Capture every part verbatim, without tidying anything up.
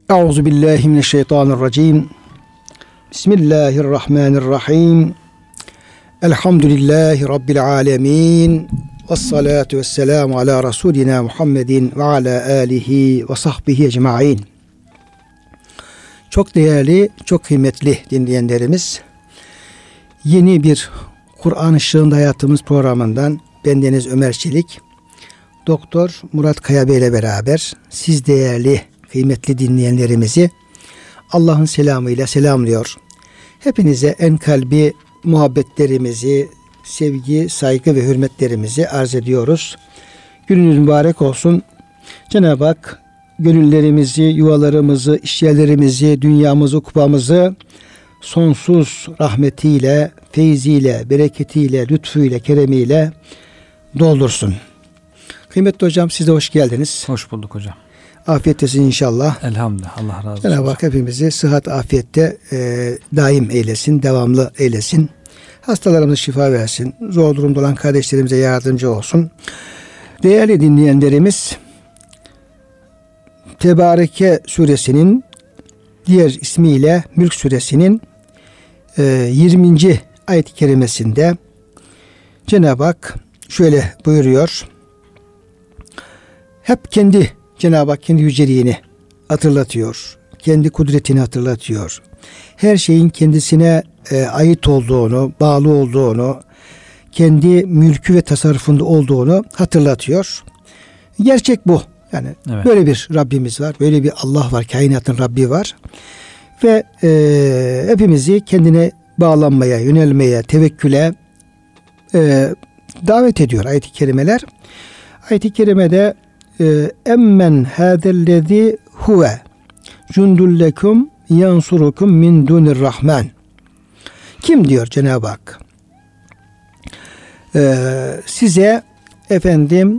Euzubillahimineşşeytanirracim. Bismillahirrahmanirrahim. Elhamdülillahi Rabbil alemin. Vessalatu vesselamu ala Resulina Muhammedin ve ala alihi ve sahbihi ecma'in. Çok değerli, çok kıymetli dinleyenlerimiz, yeni bir Kur'an Işığında Hayatımız programından bendeniz Ömer Çelik, Doktor Murat Kaya Bey ile beraber siz değerli, kıymetli dinleyenlerimizi Allah'ın selamıyla selamlıyor. Hepinize en kalbi muhabbetlerimizi, sevgi, saygı ve hürmetlerimizi arz ediyoruz. Gününüz mübarek olsun. Cenab-ı Hak gönüllerimizi, yuvalarımızı, işyerlerimizi, dünyamızı, kupamızı sonsuz rahmetiyle, feyziyle, bereketiyle, lütfuyla, keremiyle doldursun. Kıymetli hocam, siz de hoş geldiniz. Hoş bulduk hocam. Afiyettesin inşallah. Elhamdülillah. Allah razı olsun. Cenab-ı Hak hepimizi sıhhat, afiyette e, daim eylesin, devamlı eylesin. Hastalarımıza şifa versin. Zor durumda olan kardeşlerimize yardımcı olsun. Değerli dinleyenlerimiz, Tebareke suresinin diğer ismiyle Mülk suresinin e, yirminci ayet-i kerimesinde Cenab-ı Hak şöyle buyuruyor. Hep kendi Cenab-ı Hak kendi yüceliğini hatırlatıyor. Kendi kudretini hatırlatıyor. Her şeyin kendisine e, ait olduğunu, bağlı olduğunu, kendi mülkü ve tasarrufunda olduğunu hatırlatıyor. Gerçek bu. Yani evet. Böyle bir Rabbimiz var. Böyle bir Allah var. Kainatın Rabbi var. Ve e, hepimizi kendine bağlanmaya, yönelmeye, tevekküle e, davet ediyor ayet-i kerimeler. Ayet-i kerimede emmen hâzellezî huve cundullekum yansurukum min dunir rahman. Kim diyor Cenab-ı Hak? Ee, size efendim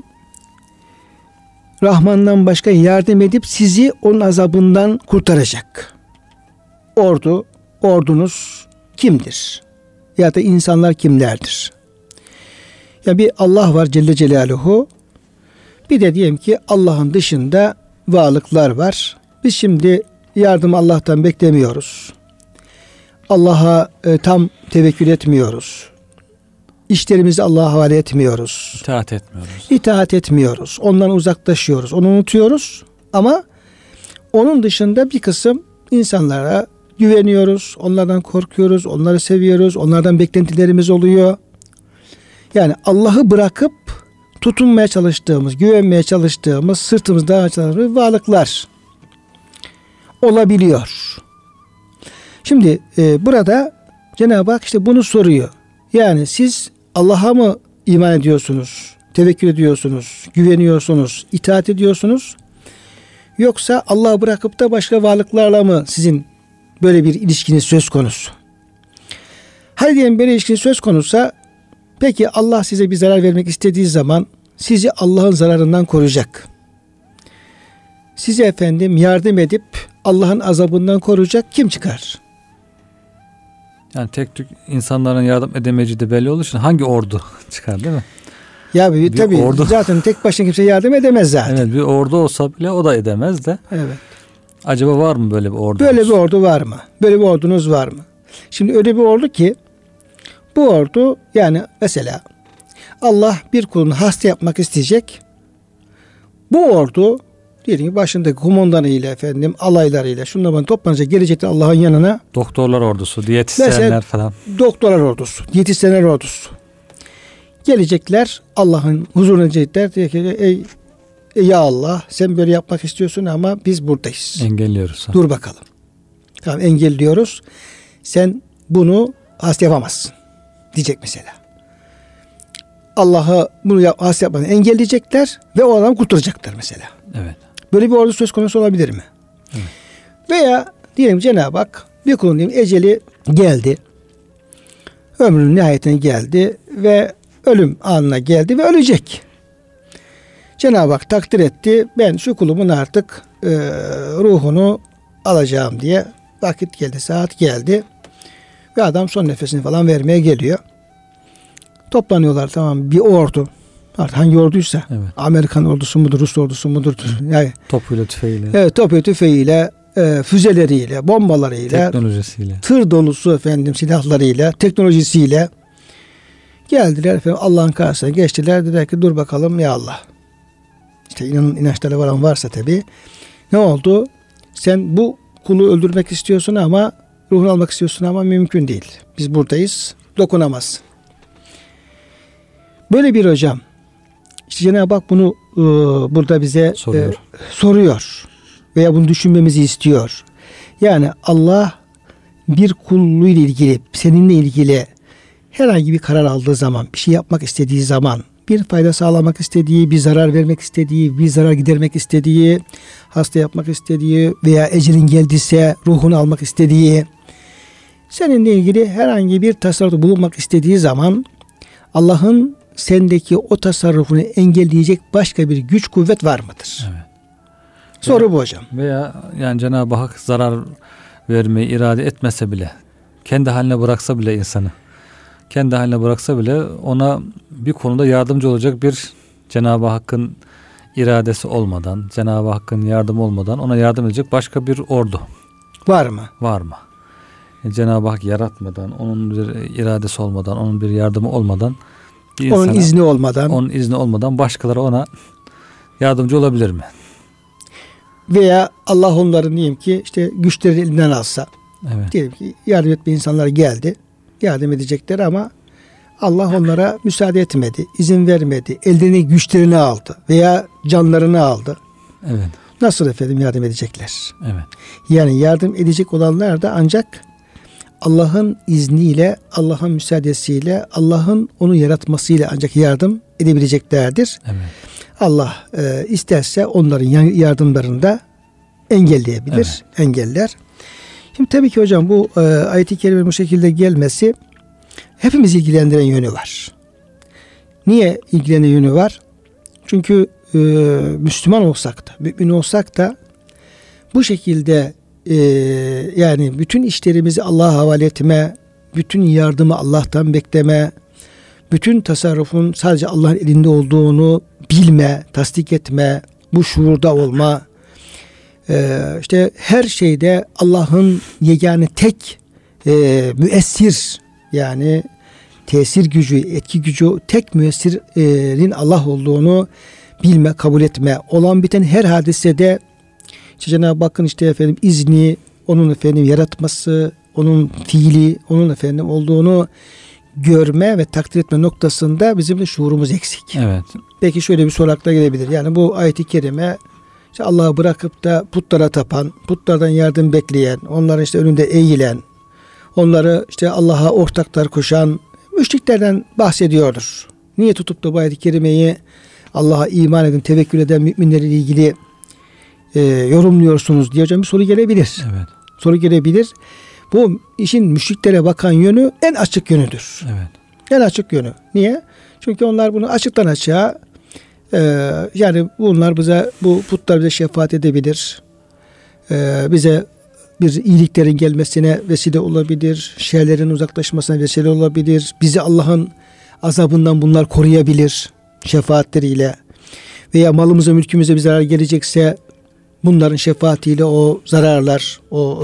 Rahman'dan başka yardım edip sizi onun azabından kurtaracak. Ordu, ordunuz kimdir? Ya da insanlar kimlerdir? Ya bir Allah var Celle Celaluhu. Bir de diyelim ki Allah'ın dışında varlıklar var. Biz şimdi yardım Allah'tan beklemiyoruz. Allah'a e, tam tevekkül etmiyoruz. İşlerimizi Allah'a havale etmiyoruz. İtaat etmiyoruz. İtaat etmiyoruz. Ondan uzaklaşıyoruz. Onu unutuyoruz. Ama onun dışında bir kısım insanlara güveniyoruz. Onlardan korkuyoruz. Onları seviyoruz. Onlardan beklentilerimiz oluyor. Yani Allah'ı bırakıp tutunmaya çalıştığımız, güvenmeye çalıştığımız, sırtımızda açılan varlıklar olabiliyor. Şimdi e, burada Cenab-ı Hak işte bunu soruyor. Yani siz Allah'a mı iman ediyorsunuz, tevekkül ediyorsunuz, güveniyorsunuz, itaat ediyorsunuz? Yoksa Allah'ı bırakıp da başka varlıklarla mı sizin böyle bir ilişkiniz söz konusu? Hadi diyelim böyle ilişkiniz söz konusa, peki Allah size bir zarar vermek istediği zaman sizi Allah'ın zararından koruyacak. Size efendim yardım edip Allah'ın azabından koruyacak kim çıkar? Yani tek tük insanların yardım edemeyeceği de belli olduğu için hangi ordu çıkar değil mi? Ya bir, bir tabii ordu. Zaten tek başına kimse yardım edemez zaten. Evet, bir ordu olsa bile o da edemez de. Evet. Acaba var mı böyle bir ordu? Böyle bir ordu var mı? Böyle bir ordunuz var mı? Şimdi öyle bir ordu ki bu ordu, yani mesela Allah bir kulunu hasta yapmak isteyecek. Bu ordu diyelim ki başındaki kumandanıyla efendim alaylarıyla şunlardan toplanacak, gelecektir Allah'ın yanına. Doktorlar ordusu, diyetisyenler falan. Doktorlar ordusu, diyetisyenler ordusu. Gelecekler Allah'ın huzuruna gelecekler. Diyor ki ey, ey ya Allah, sen böyle yapmak istiyorsun ama biz buradayız. Engelliyoruz. Ha. Dur bakalım. Tamam, engelliyoruz. Sen bunu hasta yapamazsın diyecek mesela. Allah'a bunu yap, hasta yapmadan engelleyecekler ve o adamı kurtaracaklar mesela. Evet. Böyle bir ordu söz konusu olabilir mi? Evet. Veya diyelim Cenab-ı Hak bir kulun diyelim eceli geldi. Ömrünün nihayetine geldi ve ölüm anına geldi ve ölecek. Cenab-ı Hak takdir etti. Ben şu kulumun artık e, ruhunu alacağım diye vakit geldi, saat geldi. Ve adam son nefesini falan vermeye geliyor. Toplanıyorlar, tamam, bir ordu. Artık hangi orduysa. Evet. Amerikan ordusu mudur, Rus ordusu mudur? Yani, topuyla tüfeğiyle. Evet, topuyla tüfeğiyle e, füzeleriyle, bombalarıyla, teknolojisiyle, tır dolusu efendim silahlarıyla, teknolojisiyle geldiler efendim Allah'ın karşısına geçtiler. Dediler ki dur bakalım ya Allah. İşte inan, inançları olan varsa tabii. Ne oldu? Sen bu kulu öldürmek istiyorsun ama ruhunu almak istiyorsun ama mümkün değil. Biz buradayız. Dokunamazsın. Böyle bir hocam. İşte Cenab-ı Hak bunu e, burada bize soruyor. E, soruyor. Veya bunu düşünmemizi istiyor. Yani Allah bir kuluyla ilgili, seninle ilgili herhangi bir karar aldığı zaman, bir şey yapmak istediği zaman, bir fayda sağlamak istediği, bir zarar vermek istediği, bir zarar gidermek istediği, hasta yapmak istediği veya ecelin geldiyse ruhunu almak istediği, seninle ilgili herhangi bir tasarrufta bulunmak istediği zaman Allah'ın sendeki o tasarrufunu engelleyecek başka bir güç kuvvet var mıdır? Evet. Soru veya, bu hocam. Veya yani Cenab-ı Hak zarar vermeyi irade etmese bile, kendi haline bıraksa bile insanı, kendi haline bıraksa bile ona bir konuda yardımcı olacak bir Cenab-ı Hakk'ın iradesi olmadan, Cenab-ı Hakk'ın yardımı olmadan ona yardım edecek başka bir ordu var mı? Var mı? Yani Cenab-ı Hak yaratmadan, onun bir iradesi olmadan, onun bir yardımı olmadan, bir onun insana, izni olmadan, onun izni olmadan başkaları ona yardımcı olabilir mi? Veya Allah onların diyeyim ki işte güçlerini elinden alsa, evet. diyelim ki yardım etme insanlar geldi, yardım edecekler ama Allah onlara müsaade etmedi, izin vermedi, ellerini güçlerini aldı veya canlarını aldı. Evet. Nasıl efendim yardım edecekler? Evet. Yani yardım edecek olanlar da ancak Allah'ın izniyle, Allah'ın müsaadesiyle, Allah'ın onu yaratmasıyla ancak yardım edebileceklerdir. Evet. Allah e, isterse onların yardımlarını da engelleyebilir, evet. engeller. Şimdi tabii ki hocam bu e, ayet-i kerime bu şekilde gelmesi hepimiz ilgilendiren yönü var. Niye ilgilenen yönü var? Çünkü e, Müslüman olsak da, mümin olsak da bu şekilde e, yani bütün işlerimizi Allah'a havale etme, bütün yardımı Allah'tan bekleme, bütün tasarrufun sadece Allah'ın elinde olduğunu bilme, tasdik etme, bu şuurda olma, e, işte her şeyde Allah'ın yegane tek e, müessir, yani tesir gücü, etki gücü tek müessirin Allah olduğunu bilme, kabul etme. Olan biten her hadisede işte Cenab-ı Hakk'ın işte efendim izni, onun efendim yaratması, onun fiili, onun efendim olduğunu görme ve takdir etme noktasında bizim de şuurumuz eksik. Evet. Peki şöyle bir soru akla gelebilir. Yani bu ayet-i kerime işte Allah'ı bırakıp da putlara tapan, putlardan yardım bekleyen, onların işte önünde eğilen, onları işte Allah'a ortaklar koşan müşriklerden bahsediyordur. Niye tutup da bu ayet-i kerimeyi Allah'a iman eden, tevekkül eden müminlerle ilgili e, yorumluyorsunuz diye hocam bir soru gelebilir. Evet. Soru gelebilir. Bu işin müşriklere bakan yönü en açık yönüdür. Evet. En açık yönü. Niye? Çünkü onlar bunu açıktan açığa e, yani bunlar bize, bu putlar bize şefaat edebilir. E, bize bir iyiliklerin gelmesine vesile olabilir. Şerlerin uzaklaşmasına vesile olabilir. Bizi Allah'ın azabından bunlar koruyabilir şefaatleriyle. Veya malımıza, mülkümüze bir zarar gelecekse bunların şefaatiyle o zararlar, o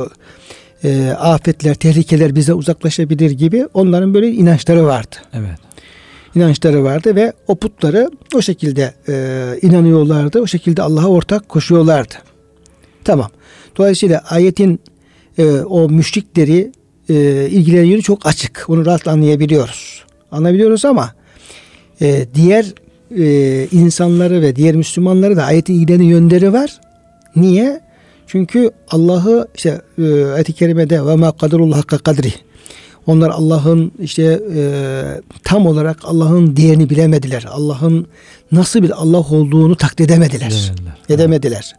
e, e, afetler, tehlikeler bize uzaklaşabilir gibi onların böyle inançları vardı. Evet. İnançları vardı ve o putları o şekilde e, inanıyorlardı. O şekilde Allah'a ortak koşuyorlardı. Tamam. Dolayısıyla ayetin e, o müşrikleri e, ilgilenen yönü çok açık. Onu rahat anlayabiliyoruz. Anlayabiliyoruz ama e, diğer e, insanları ve diğer Müslümanları da ayetin ilgilenen yönleri var. Niye? Çünkü Allah'ı işte e, ayet-i kerimede ve ma kaderullah hakka kadri. Onlar Allah'ın işte e, tam olarak Allah'ın değerini bilemediler. Allah'ın nasıl bir Allah olduğunu takdir edemediler. Edemediler. edemediler.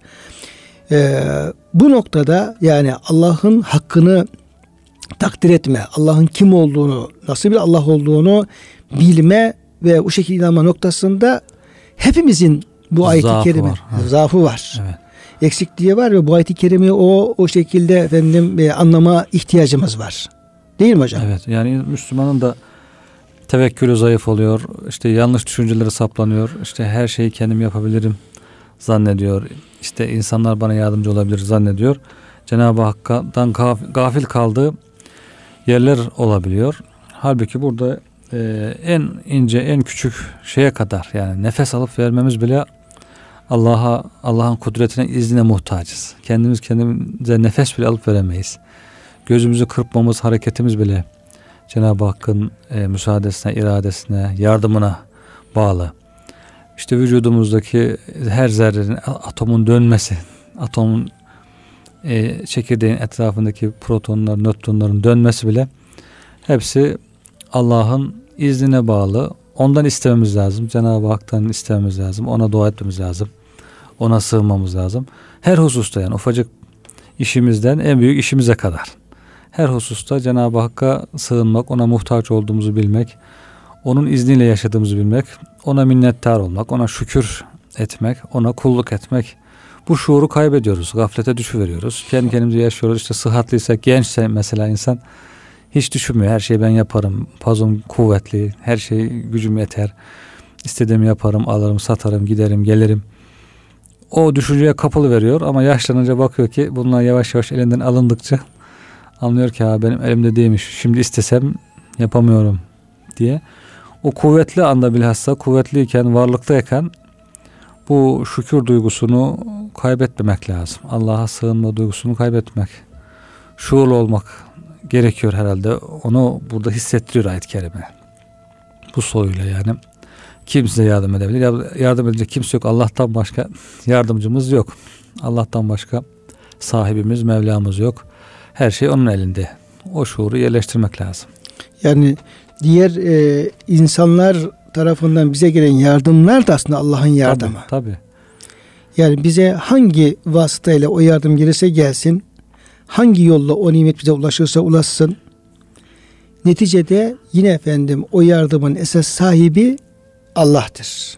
E, bu noktada yani Allah'ın hakkını takdir etme, Allah'ın kim olduğunu, nasıl bir Allah olduğunu bilme ve bu şekilde inanma noktasında hepimizin bu ayet-i kerime var. zaafı var. Evet. Eksikliği var ve bu ayet-i kerimeyi o o şekilde efendim e, anlama ihtiyacımız var. Değil mi hocam? Evet. Yani Müslümanın da tevekkülü zayıf oluyor. İşte yanlış düşüncelere saplanıyor. İşte her şeyi kendim yapabilirim zannediyor. işte insanlar bana yardımcı olabilir zannediyor. Cenab-ı Hakk'tan gafil kaldığı yerler olabiliyor. Halbuki burada e, en ince, en küçük şeye kadar, yani nefes alıp vermemiz bile Allah'a, Allah'ın kudretine, iznine muhtacız. Kendimiz kendimize nefes bile alıp veremeyiz. Gözümüzü kırpmamız, hareketimiz bile Cenab-ı Hakk'ın e, müsaadesine, iradesine, yardımına bağlı. İşte vücudumuzdaki her zerrenin, atomun dönmesi, atomun e, çekirdeğin etrafındaki protonlar, nötronların dönmesi bile hepsi Allah'ın iznine bağlı. Ondan istememiz lazım. Cenab-ı Hak'tan istememiz lazım. Ona dua etmemiz lazım. Ona sığınmamız lazım. Her hususta, yani ufacık işimizden en büyük işimize kadar. Her hususta Cenab-ı Hakk'a sığınmak, ona muhtaç olduğumuzu bilmek, onun izniyle yaşadığımızı bilmek, ona minnettar olmak, ona şükür etmek, ona kulluk etmek. Bu şuuru kaybediyoruz. Gaflete düşüveriyoruz. Kendi kendimize yaşıyoruz. İşte sıhhatliyse, gençse mesela insan hiç düşünmüyor. Her şeyi ben yaparım. Pazum kuvvetli. Her şey gücüm yeter. İstediğimi yaparım, alırım, satarım, giderim, gelirim. O düşünceye kapılı veriyor ama yaşlanınca bakıyor ki bunlar yavaş yavaş elinden alındıkça anlıyor ki ha benim elimde değilmiş. Şimdi istesem yapamıyorum diye. O kuvvetli anda bilhassa, kuvvetliyken, varlıktayken bu şükür duygusunu kaybetmemek lazım. Allah'a sığınma duygusunu kaybetmek. Şuurlu olmak gerekiyor herhalde. Onu burada hissettiriyor ayet-i kerime. Bu soruyla yani. Kim size yardım edebilir? Yardım edecek kimse yok. Allah'tan başka yardımcımız yok. Allah'tan başka sahibimiz, Mevlamız yok. Her şey onun elinde. O şuuru yerleştirmek lazım. Yani diğer e, insanlar tarafından bize gelen yardımlar da aslında Allah'ın yardımı. Tabii, tabii. Yani bize hangi vasıtayla o yardım gelirse gelsin, hangi yolla o nimet bize ulaşırsa ulaşsın, neticede yine efendim o yardımın esas sahibi Allah'tır.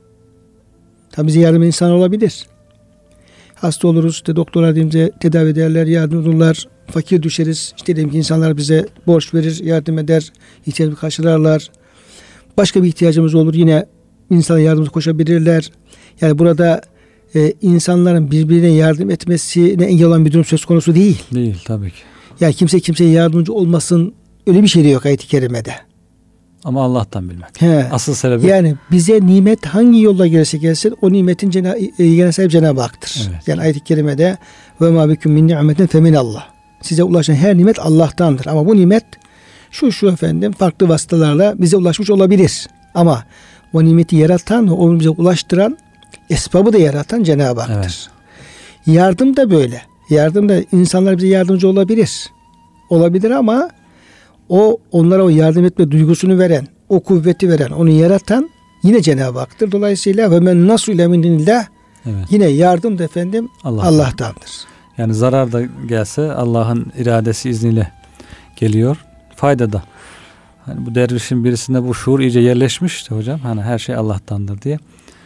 Tabi bize yardım insan olabilir. Hasta oluruz, işte doktorlar bize tedavi ederler, yardım olurlar. Fakir düşeriz, işte diyelim ki insanlar bize borç verir, yardım eder, ihtiyacımızı karşılarlar. Başka bir ihtiyacımız olur, yine insana yardımcı koşabilirler. Yani burada e, insanların birbirine yardım etmesine engel olan bir durum söz konusu değil. Değil tabii ki. Yani kimse kimseye yardımcı olmasın, öyle bir şey de yok ayet-i kerimede. Ama Allah'tan bilmek. He. Asıl sebebi. Yani bize nimet hangi yolla gelirse gelsin o nimetin gene sahibi Cenab-ı Hak'tır. Evet. Yani ayet-i kerimede ve ma bikum min ni'metin fe minallah. Size ulaşan her nimet Allah'tandır. Ama bu nimet şu şu efendim farklı vasıtalarla bize ulaşmış olabilir. Ama o nimeti yaratan, onu bize ulaştıran, esbabı da yaratan Cenab-ı Hak'tır. Evet. Yardım da böyle. Yardım da insanlar bize yardımcı olabilir. Olabilir ama o onlara o yardım etme duygusunu veren, o kuvveti veren, onu yaratan yine Cenab-ı Hak'tır. Dolayısıyla ve men nasu ile minillah, yine yardım da efendim Allah. Allah'tandır. Yani zarar da gelse Allah'ın iradesi izniyle geliyor. Fayda da. Hani bu dervişin birisinde bu şuur iyice yerleşmiş işte hocam. Hani her şey Allah'tandır diye.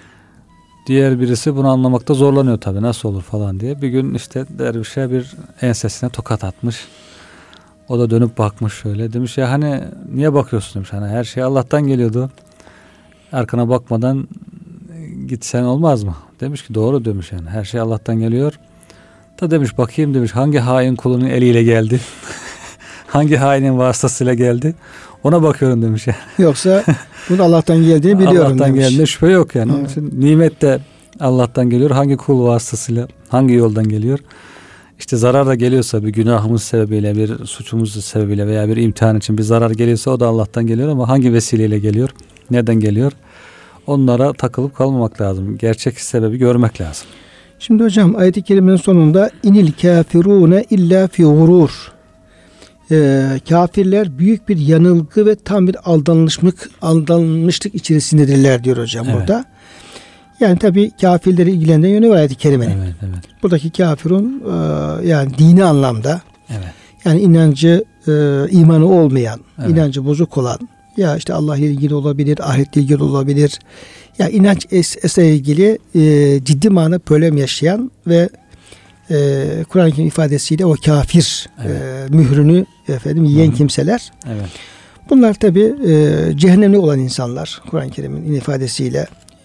Diğer birisi bunu anlamakta zorlanıyor tabii. Nasıl olur falan diye. Bir gün işte dervişe bir ensesine tokat atmış. O da dönüp bakmış şöyle. Demiş ya hani niye bakıyorsun demiş. Hani her şey Allah'tan geliyordu. Arkana bakmadan gitsen olmaz mı? Demiş ki doğru demiş yani. Her şey Allah'tan geliyor. Da demiş bakayım demiş hangi hain kulunun eliyle geldi? Hangi hainin vasıtasıyla geldi? Ona bakıyorum demiş yani. Yoksa bunun Allah'tan geldiğini biliyorum Allah'tan demiş. geldiğine şüphe yok yani. Evet. Onun nimet de Allah'tan geliyor. Hangi kul vasıtasıyla, hangi yoldan geliyor? İşte zarar da geliyorsa bir günahımız sebebiyle, bir suçumuz sebebiyle veya bir imtihan için bir zarar geliyorsa o da Allah'tan geliyor ama hangi vesileyle geliyor? Nereden geliyor? Onlara takılıp kalmamak lazım. Gerçek sebebi görmek lazım. Şimdi hocam ayet-i kerimenin sonunda inil kafirune illa fi gurur. Ee, kafirler büyük bir yanılgı ve tam bir aldanmışlık aldanmışlık içerisindedirler diyor hocam evet. Burada. Yani tabi kafirleri ilgilendiren yönü var ayet-i kerimenin. Evet, evet. Buradaki kafirun e, yani dini anlamda evet. Yani inancı e, imanı olmayan, evet. inancı bozuk olan ya işte Allah ile ilgili olabilir, ahiretle ilgili olabilir. Ya inanç es- esasıyla ilgili e, ciddi manada problem yaşayan ve e, Kur'an-ı Kerim ifadesiyle o kafir evet. e, mührünü efendim yiyen Hı-hı. kimseler. Evet. Bunlar tabi e, cehennemli olan insanlar Kur'an-ı Kerim'in ifadesiyle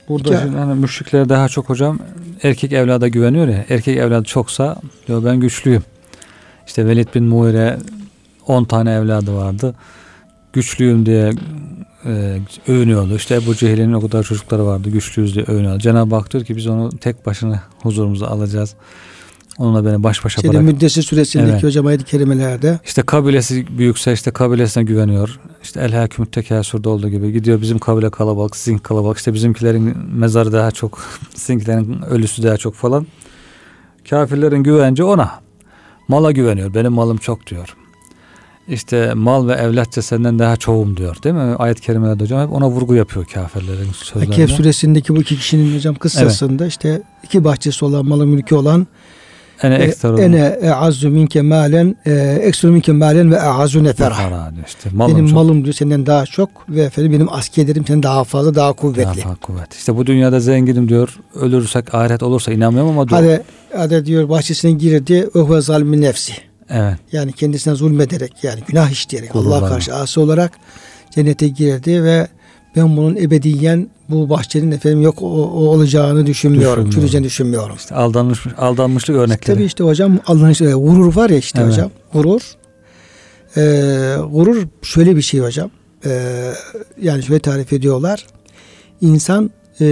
Burada şimdi hani müşrikler daha çok hocam erkek evlada güveniyor ya. Erkek evladı çoksa diyor ben güçlüyüm. İşte Velid bin Muire on tane evladı vardı. Güçlüyüm diye e, övünüyordu. İşte Ebu Cehil'in o kadar çocukları vardı. Güçlüyüz diye övünüyordu. Cenab-ı Hak diyor ki biz onu tek başına huzurumuza alacağız. Onunla beni baş başa Şeyde, bırak. Müddessir suresindeki evet. hocam ayet-i kerimelerde. İşte kabilesi büyükse işte kabilesine güveniyor. İşte El-Hakümü't Tekâsür'de olduğu gibi gidiyor bizim kabile kalabalık, sizin kalabalık. İşte bizimkilerin mezarı daha çok, sizinkilerin ölüsü daha çok falan. Kafirlerin güvence ona. Mala güveniyor. Benim malım çok diyor. İşte mal ve evlatça senden daha çoğum diyor. Değil mi? Ayet-i kerimelerde hocam hep ona vurgu yapıyor kafirlerin sözlerine. Kehf suresindeki bu iki kişinin hocam kıssasında evet. işte iki bahçesi olan, malı mülkü olan Ene ekseru ene e'azzu minke malen ekseru minke malen ve e'azzu nefera. İşte benim çok. malım diyor senden daha çok ve efendim benim askerlerim senden daha fazla, daha kuvvetli. Daha kuvvetli. İşte bu dünyada zenginim diyor. Ölürsek ahiret olursa inanmıyorum ama diyor. Hadi, hadi diyor bahçesine girdi. Öhve zalimin nefsi. Evet. Yani kendisine zulmederek, yani günah işleyerek, Allah'a karşı asi olarak cennete girdi ve ben bunun ebediyen bu bahçenin efendim yok o, o olacağını düşünmüyorum. Çürüyeceğini düşünmüyorum. İşte aldanmış, aldanmışlık örnekleri. İşte tabii işte hocam aldanış, gurur var ya işte evet. hocam. Gurur. Ee, gurur şöyle bir şey hocam. Ee, yani şöyle tarif ediyorlar. İnsan e,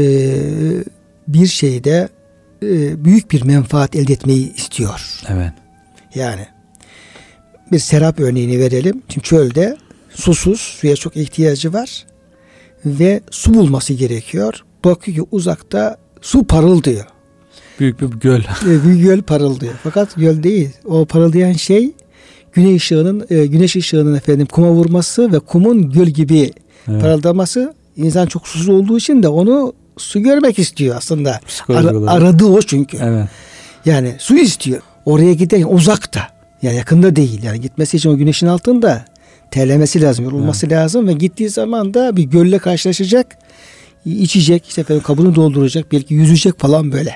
bir şeyde e, büyük bir menfaat elde etmeyi istiyor. Evet. Yani bir serap örneğini verelim. Şimdi çölde susuz, suya çok ihtiyacı var. Ve su bulması gerekiyor. Bakıyor ki uzakta su parıldıyor. Büyük bir göl. Büyük göl parıldıyor. Fakat göl değil. O parıldayan şey güneş ışığının güneş ışığının efendim kuma vurması ve kumun göl gibi evet. parıldaması. İnsan çok susuz olduğu için de onu su görmek istiyor aslında. Ar- aradığı o çünkü. Evet. Yani su istiyor. Oraya giderken uzakta. Yani yakında değil. Yani gitmesi için o güneşin altında terlemesi lazım, yorulması evet. lazım ve gittiği zaman da bir gölle karşılaşacak, içecek, işte efendim kabını dolduracak, belki yüzecek falan böyle.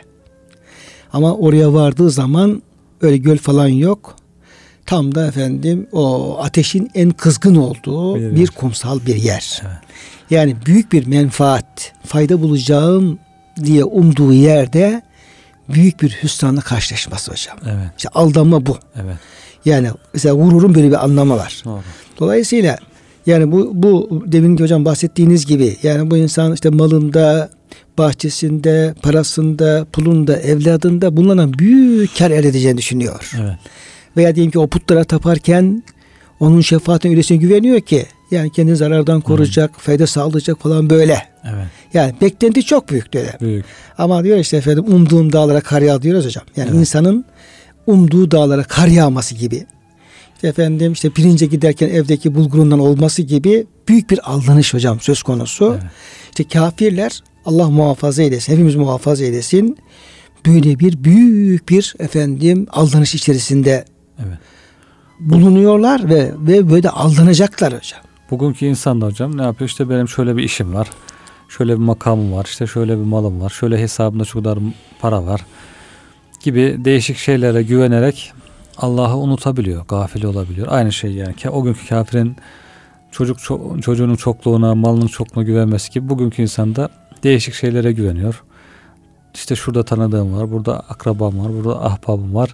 Ama oraya vardığı zaman öyle göl falan yok. Tam da efendim o ateşin en kızgın olduğu bir, bir kumsal bir yer. Evet. Yani büyük bir menfaat, fayda bulacağım diye umduğu yerde büyük bir hüsranla karşılaşması hocam. Evet. İşte aldanma bu. Evet. Yani mesela gururun böyle bir anlamı var. Doğru. Dolayısıyla yani bu bu demin hocam bahsettiğiniz gibi yani bu insan işte malında, bahçesinde, parasında, pulunda, evladında bulunan büyük kar elde edeceğini düşünüyor. Evet. Veya diyelim ki o putlara taparken onun şefaatine öylesine güveniyor ki yani kendini zarardan koruyacak, hmm. fayda sağlayacak falan böyle. Evet. Yani beklenti çok büyük öyle. Büyük. Ama diyor işte efendim umduğum dağlara kar yağ diyoruz hocam. Yani evet. insanın umduğu dağlara kar yağması gibi. İşte efendim işte pirince giderken evdeki bulgurundan olması gibi büyük bir aldanış hocam söz konusu. Evet. İşte kafirler Allah muhafaza eylesin, hepimiz muhafaza eylesin. Böyle bir büyük bir efendim aldanış içerisinde evet. bulunuyorlar ve ve böyle aldanacaklar hocam. Bugünkü insan da hocam ne yapıyor? İşte benim şöyle bir işim var. Şöyle bir makamım var. İşte şöyle bir malım var. Şöyle hesabımda şu kadar para var. Gibi değişik şeylere güvenerek Allah'ı unutabiliyor. Gafil olabiliyor. Aynı şey yani. O günkü kafirin çocuk ço- çocuğunun çokluğuna, malının çokluğuna güvenmesi gibi bugünkü insan da değişik şeylere güveniyor. İşte şurada tanıdığım var. Burada akrabam var. Burada ahbabım var.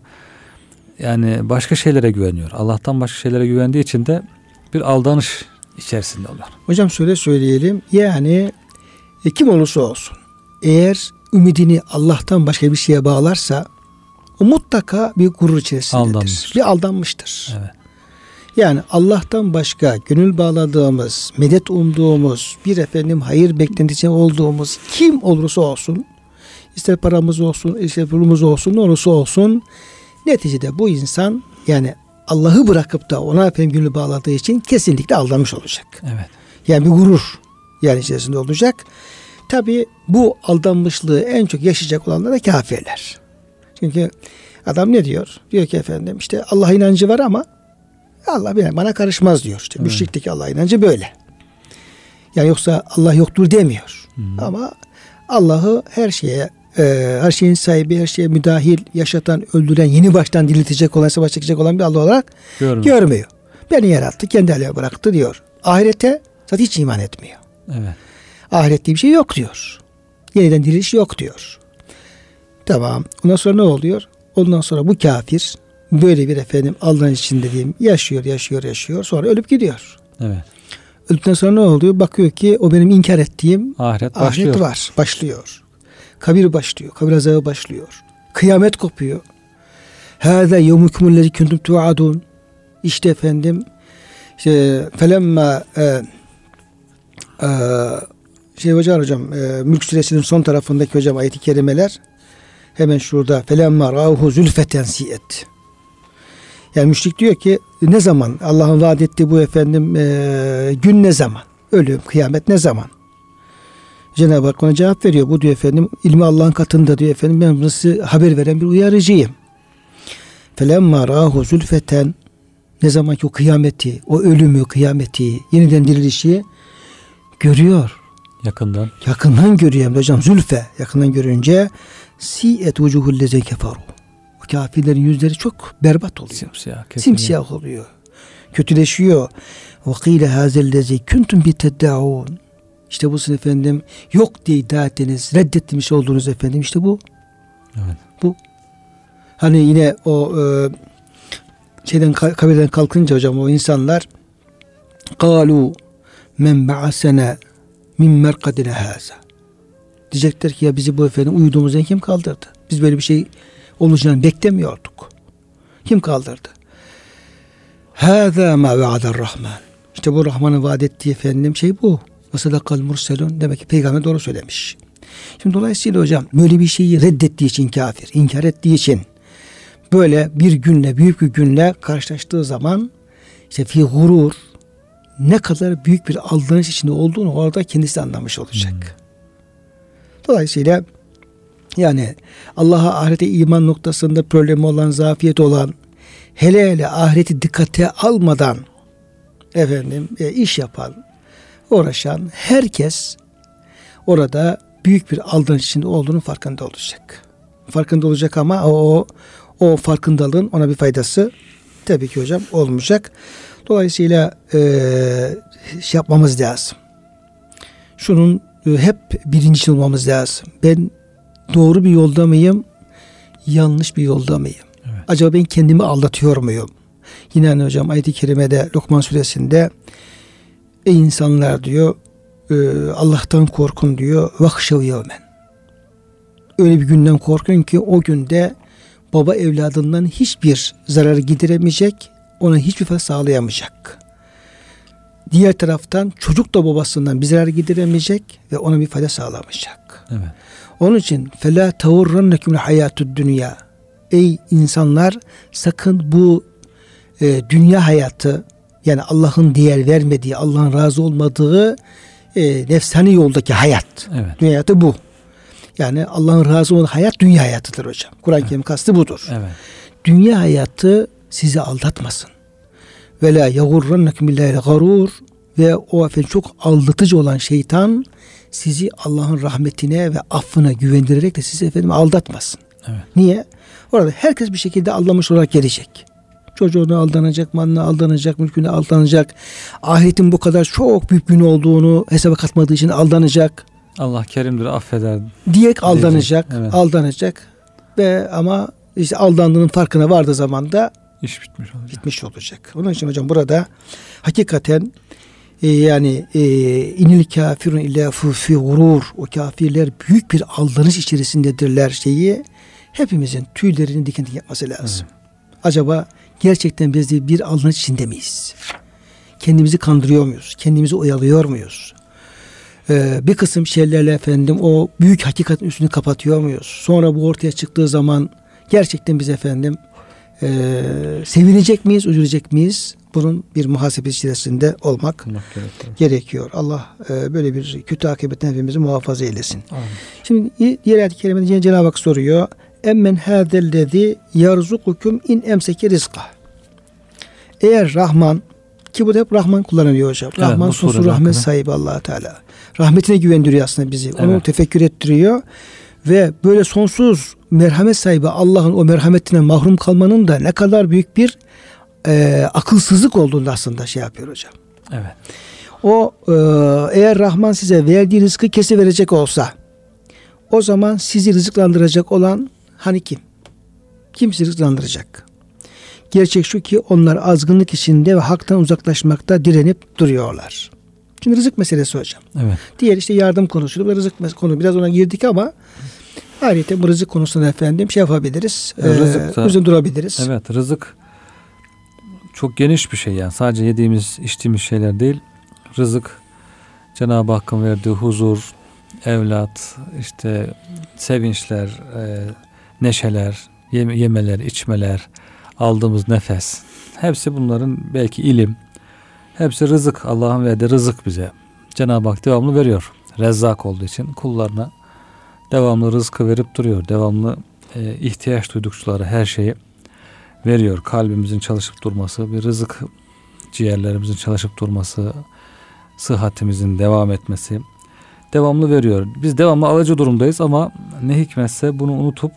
Yani başka şeylere güveniyor. Allah'tan başka şeylere güvendiği için de bir aldanış içerisinde oluyor. Hocam şöyle söyleyelim. Yani e, kim olursa olsun eğer ümidini Allah'tan başka bir şeye bağlarsa o mutlaka bir gurur içerisindedir. Aldanmıştır. Bir aldanmıştır. Evet. Yani Allah'tan başka gönül bağladığımız, medet umduğumuz, bir efendim hayır beklentisi olduğumuz kim olursa olsun, ister paramız olsun, ister pulumuz olsun, ne olursa olsun, neticede bu insan yani Allah'ı bırakıp da ona efendim gönül bağladığı için kesinlikle aldanmış olacak. Evet. Yani bir gurur yani içerisinde olacak. Tabii bu aldanmışlığı en çok yaşayacak olanlar da kafirler. Çünkü adam ne diyor? Diyor ki efendim işte Allah inancı var ama Allah bana karışmaz diyor. İşte müşrikteki Allah inancı böyle. Yani yoksa Allah yoktur demiyor. Hmm. Ama Allah'ı her şeye, e, her şeyin sahibi, her şeye müdahil, yaşatan, öldüren, yeni baştan diriltecek olan, savaş çekecek olan bir Allah olarak görmüyor. görmüyor. Beni yarattı, kendi haline bıraktı diyor. Ahirete zaten hiç iman etmiyor. Evet. Ahiret diye bir şey yok diyor. Yeniden diriliş yok diyor. Tamam. Ondan sonra ne oluyor? Ondan sonra bu kafir böyle bir efendim aldanış içinde diyeyim yaşıyor, yaşıyor, yaşıyor. Sonra ölüp gidiyor. Evet. Öldükten sonra ne oluyor? Bakıyor ki o benim inkar ettiğim ahiret, ahiret başlıyor. var. Başlıyor. Kabir başlıyor. Kabir azabı başlıyor. Kıyamet kopuyor. Hâzâ yevmükümüllezî kuntum tu'adûn. İşte efendim işte felemma e, e, şey hocam hocam e, Mülk Suresinin son tarafındaki hocam ayet-i kerimeler hemen şurada felemma râhu zülfeten siyet. Yani müşrik diyor ki ne zaman Allah'ın vaad ettiği bu efendim e, gün ne zaman? Ölüm, kıyamet ne zaman? Cenab-ı Hak ona cevap veriyor. Bu diyor efendim ilmi Allah'ın katında diyor efendim ben bunu size haber veren bir uyarıcıyım. Felemma râhu zülfeten ne zaman ki o kıyameti, o ölümü, kıyameti, yeniden dirilişi görüyor. Yakından. Yakından görüyor hem de hocam zülfe. Yakından görünce siyet vucuhul leze kefaru. O kafirlerin yüzleri çok berbat oluyor. Simsiyah. Simsiyah oluyor. Kötüleşiyor. Ve kîle hâzellezî kuntum biteddâûn. İşte bu sizin efendim yok diye iddia ettiniz, reddetmiş olduğunuz efendim işte bu. Evet. Bu. Hani yine o e, şeyden kabirden kalkınca hocam o insanlar قَالُوا مَنْ بَعَسَنَا مِنْ مَرْقَدِنَا هَذَا diyecekler ki ya bizi bu efendim uyuduğumuzdan kim kaldırdı? Biz böyle bir şey olacağını beklemiyorduk. Kim kaldırdı? هَذَا مَا وَعَدَ الرَّحْمَنِ İşte bu Rahman'ın vaat ettiği efendim şey bu. وَصَدَقَ الْمُرْسَلُونَ demek ki peygamber doğru söylemiş. Şimdi dolayısıyla hocam böyle bir şeyi reddettiği için kafir, inkar ettiği için böyle bir günle, büyük bir günle karşılaştığı zaman işte fi gurur ne kadar büyük bir aldanış içinde olduğunu orada kendisi anlamış olacak. Hmm. Dolayısıyla yani Allah'a ahirete iman noktasında problemi olan, zafiyet olan, hele hele ahireti dikkate almadan efendim e, iş yapan, uğraşan herkes orada büyük bir aldanış içinde olduğunun farkında olacak. Farkında olacak ama o o farkındalığın ona bir faydası tabii ki hocam olmayacak. Dolayısıyla e, şey yapmamız lazım. Şunun e, hep bilinçli olmamız lazım. Ben doğru bir yolda mıyım? Yanlış bir yolda mıyım? Evet. Acaba ben kendimi aldatıyor muyum? Yine hani hocam ayet-i kerimede Lokman suresinde ey insanlar diyor e, Allah'tan korkun diyor. Vahşev yevmen. Öyle bir günden korkun ki o günde baba evladından hiçbir zararı gideremeyecek, ona hiçbir fayda sağlayamayacak. Diğer taraftan çocuk da babasından bir zarar gideremeyecek ve ona bir fayda sağlamayacak. Evet. Onun için فَلَا تَوُرَّنَّكُمْ الْحَيَاتُ dünya. Ey insanlar sakın bu e, dünya hayatı yani Allah'ın değer vermediği, Allah'ın razı olmadığı e, nefsani yoldaki hayat. Evet. Dünya hayatı bu. Yani Allah'ın razı olduğu hayat dünya hayatıdır hocam. Kur'an-ı Kerim kastı budur. Evet. Dünya hayatı sizi aldatmasın. Ve la yagurrannakum billahi garur ve o efendim çok aldatıcı olan şeytan sizi Allah'ın rahmetine ve affına güvendirerek de sizi efendim aldatmasın. Evet. Niye? Orada herkes bir şekilde aldanmış olarak gelecek. Çocuğuna aldanacak, malına aldanacak, mülküne aldanacak. Ahiretin bu kadar çok büyük gün olduğunu hesaba katmadığı için aldanacak. Allah kerimdir, affeder. Diyek aldanacak, evet. aldanacak ve ama işte aldandığının farkına vardığı zaman da iş bitmiş olacak. Bitmiş olacak. Onun için hocam burada hakikaten e, yani e, inil kafirun illa fi gurur. O kafirler büyük bir aldanış içerisindedirler şeyi hepimizin tüylerini diken diken yapması lazım. Evet. Acaba gerçekten biz de bir aldanış içinde miyiz? Kendimizi kandırıyor muyuz? Kendimizi oyalıyor muyuz? Ee, bir kısım şeylerle efendim o büyük hakikatin üstünü kapatıyor muyuz? Sonra bu ortaya çıktığı zaman gerçekten biz efendim e, sevinecek miyiz, üzülecek miyiz? Bunun bir muhasebe içerisinde olmak gerekiyor. gerekiyor. Allah e, böyle bir kötü akıbetten hepimizi muhafaza eylesin. Amin. Şimdi diğer ayet-i kerimede Cenab-ı Hak soruyor. Emmen hâzellezî yarzukukum in emseke rizqa. Eğer Rahman, ki bu da hep Rahman kullanılıyor hocam. Evet, Rahman sonsuz rahmet sahibi Allah Teala. Rahmetine güvendiriyor aslında bizi. Evet. Onu tefekkür ettiriyor. Ve böyle sonsuz merhamet sahibi Allah'ın o merhametine mahrum kalmanın da ne kadar büyük bir e, akılsızlık olduğunu aslında şey yapıyor hocam. Evet. O e, eğer Rahman size verdiği rızkı kesiverecek olsa O zaman sizi rızıklandıracak olan hani kim? Kim sizi rızıklandıracak? Gerçek şu ki onlar azgınlık içinde ve haktan uzaklaşmakta direnip duruyorlar. Şimdi rızık meselesi hocam. Evet. Diğer işte yardım konusuydu. Bu da rızık mes- konu. Biraz ona girdik ama ayrıca bu rızık konusunda efendim şey yapabiliriz. E, Rızıkta, üzerinde durabiliriz. Evet, rızık çok geniş bir şey yani. Sadece yediğimiz, içtiğimiz şeyler değil. Rızık Cenab-ı Hakk'ın verdiği huzur, evlat, işte sevinçler, e, neşeler, yeme- yemeler, içmeler, aldığımız nefes. Hepsi bunların belki ilim. Hepsi rızık. Allah'ın verdiği rızık bize. Cenab-ı Hak devamlı veriyor. Rezzak olduğu için kullarına devamlı rızkı verip duruyor. Devamlı e, ihtiyaç duydukçulara her şeyi veriyor. Kalbimizin çalışıp durması, bir rızık, ciğerlerimizin çalışıp durması, sıhhatimizin devam etmesi devamlı veriyor. Biz devamlı alıcı durumdayız ama ne hikmetse bunu unutup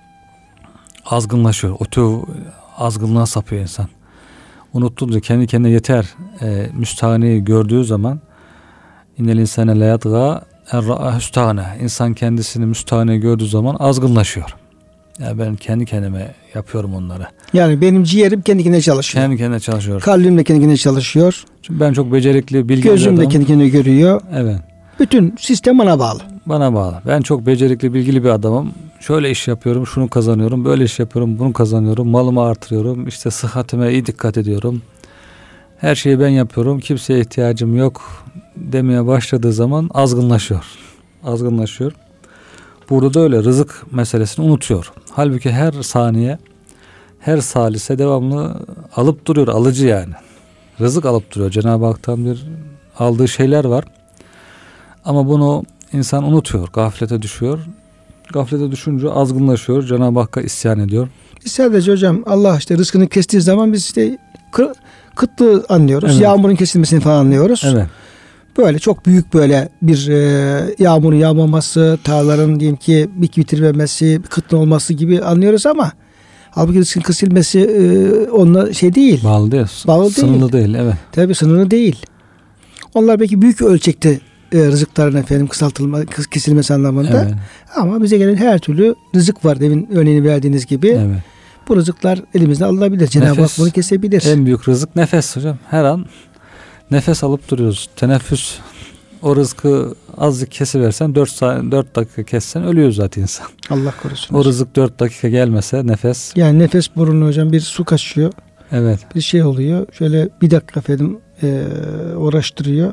azgınlaşıyor. O tür azgınlığa sapıyor insan. Unuttuğunca kendi kendine yeter e, müstahane gördüğü zaman innel insane la yatgâ en ra'a hüstâne. İnsan kendisini müstahane gördüğü zaman azgınlaşıyor. Yani ben kendi kendime yapıyorum onları. Yani benim ciğerim kendi kendine çalışıyor. Kendi kendine çalışıyor. Kalbim de kendi kendine çalışıyor. Çünkü ben çok becerikli, bilgili Gözüm de adamım. kendi kendine görüyor. Evet. Bütün sistem bana bağlı. Bana bağlı. Ben çok becerikli, bilgili bir adamım. Şöyle iş yapıyorum, şunu kazanıyorum. Böyle iş yapıyorum, bunu kazanıyorum. Malımı artırıyorum. İşte sıhhatime iyi dikkat ediyorum. Her şeyi ben yapıyorum. Kimseye ihtiyacım yok demeye başladığı zaman azgınlaşıyor. Azgınlaşıyor. Burada da öyle rızık meselesini unutuyor. Halbuki her saniye, her salise devamlı alıp duruyor. Alıcı yani. Rızık alıp duruyor. Cenab-ı Hak'tan bir aldığı şeyler var. Ama bunu insan unutuyor. Gaflete düşüyor. Gaflete düşünce azgınlaşıyor. Cenab-ı Hakk'a isyan ediyor. Biz sadece hocam Allah işte rızkını kestiği zaman biz işte kı- kıtlığı anlıyoruz. Evet. Yağmurun kesilmesini falan anlıyoruz. Evet. Böyle çok büyük böyle bir e, yağmurun yağmaması, tarlaların diyelim ki bik bitirmemesi, kıtlık olması gibi anlıyoruz ama halbuki rızkın kesilmesi e, onunla şey değil. Bağlı değil. Bağlı Sınırlı değil. değil. Evet. Tabii sınırlı değil. Onlar belki büyük ölçekte e, rızıkların efendim kısaltılma, kıs- kesilmesi anlamında. Evet. Ama bize gelen her türlü rızık var. Demin örneğini verdiğiniz gibi. Evet. Bu rızıklar elimizden alınabilir. Cenab-ı Hak Nefes, bunu kesebilir. En büyük rızık nefes hocam. Her an nefes alıp duruyoruz. Teneffüs, o rızkı azıcık kesiversen dört saat, dört dakika kessen ölüyor zaten insan. Allah korusun. O rızık dört dakika gelmese nefes. Yani nefes burnu hocam bir su kaçıyor. Evet. Bir şey oluyor. Şöyle bir dakika efendim e, uğraştırıyor.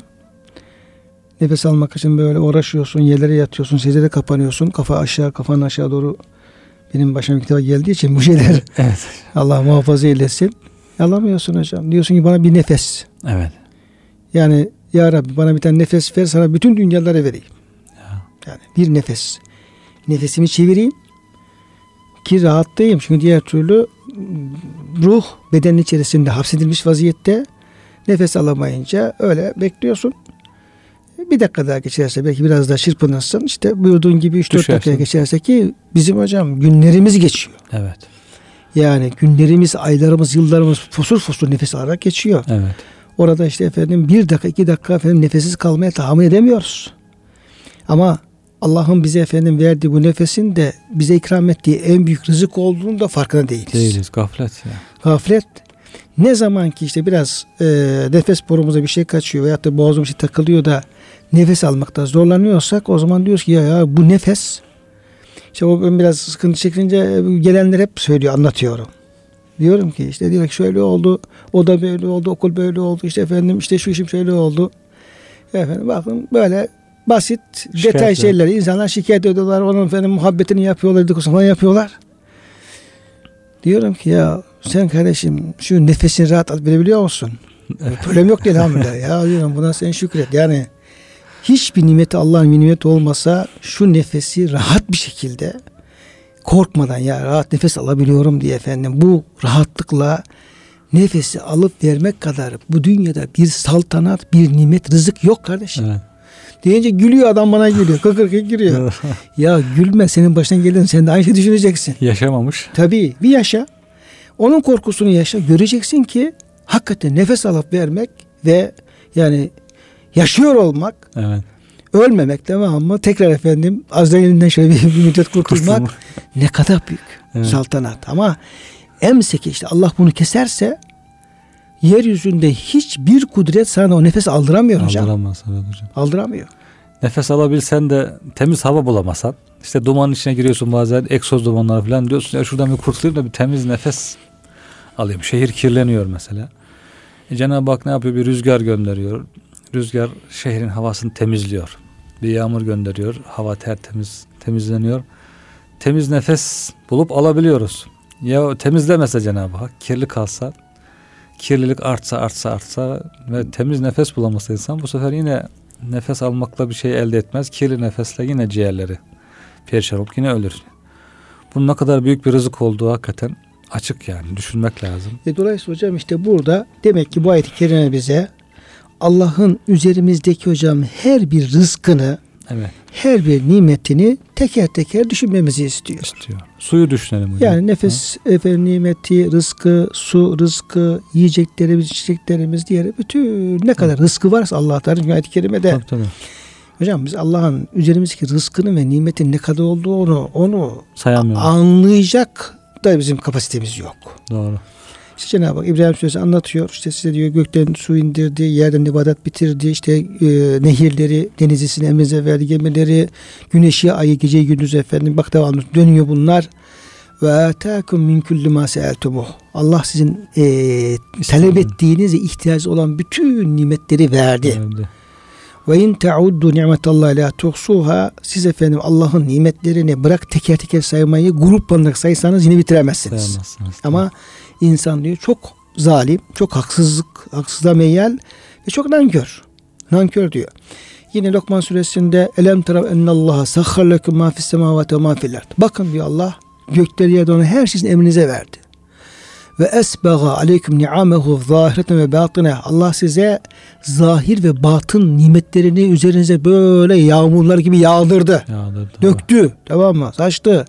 Nefes almak için böyle uğraşıyorsun. Yerlere yatıyorsun. Secdede kapanıyorsun. Kafa aşağı, kafanın aşağı doğru benim başıma bir defa geldiği için bu şeyler Evet. Allah muhafaza eylesin. Alamıyorsun hocam. Diyorsun ki bana bir nefes. Evet. Yani ya Rabbi bana bir tane nefes ver, sana bütün dünyaları vereyim. Ya. Yani bir nefes. Nefesimi çevireyim ki rahatlayayım. Çünkü diğer türlü ruh bedenin içerisinde hapsedilmiş vaziyette, nefes alamayınca öyle bekliyorsun. Bir dakika daha geçerse belki biraz daha çırpınırsın. İşte buyurduğun gibi üç dört dakika geçerse ki bizim hocam günlerimiz geçiyor. Evet. Yani günlerimiz, aylarımız, yıllarımız fosur fosur nefes alarak geçiyor. Evet. Orada işte efendim bir dakika iki dakika efendim nefessiz kalmaya tahammül edemiyoruz. Ama Allah'ın bize efendim verdiği bu nefesin de bize ikram ettiği en büyük rızık olduğunu da farkında değiliz. Değiliz. Gaflet ya. Gaflet. Ne zaman ki işte biraz e, nefes borumuza bir şey kaçıyor veyahut da boğazımıza bir şey takılıyor da nefes almakta zorlanıyorsak, o zaman diyoruz ki ya, ya bu nefes. İşte o ben biraz sıkıntı çekince gelenler hep söylüyor, anlatıyorum. Diyorum ki işte diyor ki şöyle oldu, o da böyle oldu, okul böyle oldu, işte efendim işte şu işim şöyle oldu. Efendim bakın böyle basit Şikayet detay var. şeyleri insanlar şikayet ediyorlar, onun efendim muhabbetini yapıyorlar, dedikodusu falan yapıyorlar. Diyorum ki ya sen kardeşim şu nefesini rahat alıp verebiliyor musun? Evet. Problem yok değil elhamdülillah. Ya diyorum buna sen şükret. Yani hiçbir nimeti Allah'ın bir nimeti olmasa şu nefesi rahat bir şekilde korkmadan ya rahat nefes alabiliyorum diye efendim bu rahatlıkla nefesi alıp vermek kadar bu dünyada bir saltanat, bir nimet, rızık yok kardeşim. Evet. Deyince gülüyor adam, bana gülüyor. Kıkır kıkır gülüyor. Ya gülme, senin başına gelen sen de aynı şey düşüneceksin. Yaşamamış. Tabii bir yaşa. Onun korkusunu yaşa. Göreceksin ki hakikaten nefes alıp vermek ve yani yaşıyor olmak Evet. Ölmemek, tamam mı? Tekrar efendim Azrail'inden şöyle bir, bir müddet kurtulmak ne kadar büyük evet. saltanat. Ama emseki işte Allah bunu keserse yeryüzünde hiçbir kudret sana o nefes aldıramıyor hocam. Aldıramaz evet hocam. Aldıramıyor. Nefes alabilsen de temiz hava bulamasan, işte dumanın içine giriyorsun bazen, egzoz dumanlar falan, diyorsun ya şuradan bir kurtulayım da bir temiz nefes alayım. Şehir kirleniyor mesela. E Cenab-ı Hak ne yapıyor? Bir rüzgar gönderiyor. Rüzgar şehrin havasını temizliyor. Bir yağmur gönderiyor. Hava tertemiz temizleniyor. Temiz nefes bulup alabiliyoruz. Ya temizlemese Cenab-ı Hak, kirli kalsa, kirlilik artsa artsa artsa ve temiz nefes bulamasa insan, bu sefer yine nefes almakla bir şey elde etmez. Kirli nefesle yine ciğerleri perişan olup yine ölür. Bunun ne kadar büyük bir rızık olduğu hakikaten açık yani. Düşünmek lazım. E dolayısıyla hocam işte burada demek ki bu ayet-i kerime bize Allah'ın üzerimizdeki hocam her bir rızkını, evet. her bir nimetini teker teker düşünmemizi istiyor. İstiyor. Suyu düşünelim hocam. Yani nefes, efendim, nimeti, rızkı, su, rızkı, yiyeceklerimiz, içeceklerimiz, diğer bütün ne kadar rızkı varsa Allah'tan ayet-i kerimede. Tabii, tabii. Hocam biz Allah'ın üzerimizdeki rızkını ve nimetin ne kadar olduğunu onu anlayacak da bizim kapasitemiz yok. Doğru. İşte Cenab-ı Hak İbrahim Suresi anlatıyor. İşte size diyor gökten su indirdi, yerden nebatat bitirdi. İşte e, nehirleri, denizisini emrinize verdi, gemileri, güneşi, ayı, geceyi, gündüz efendim. Bak devamlı dönüyor bunlar. Ve atâkum min kulli mâ se'eltumuh. Allah sizin e, talep ettiğiniz ve ihtiyacı olan bütün nimetleri verdi. verdi. Ve in ta'uddu ni'metallahi la tuhsuha. Siz efendim Allah'ın nimetlerini bırak teker teker saymayı, gruplayarak saysanız yine bitiremezsiniz. Ama insan diyor çok zalim, çok haksızlık, haksızlığa meyyal ve çok nankör. Nankör diyor. Yine Lokman suresinde elem terav ennallaha sahhar lekum ma fis semavati ve ma fil ard. Bakın diyor Allah gökleri yerde onu her şeyin emrinize verdi. Ve esbaga aleyküm ni'amehu zahireten ve batine. Allah size zahir ve batın nimetlerini üzerinize böyle yağmurlar gibi yağdırdı. Yağdırdı. Döktü. Tamam mı? Saçtı.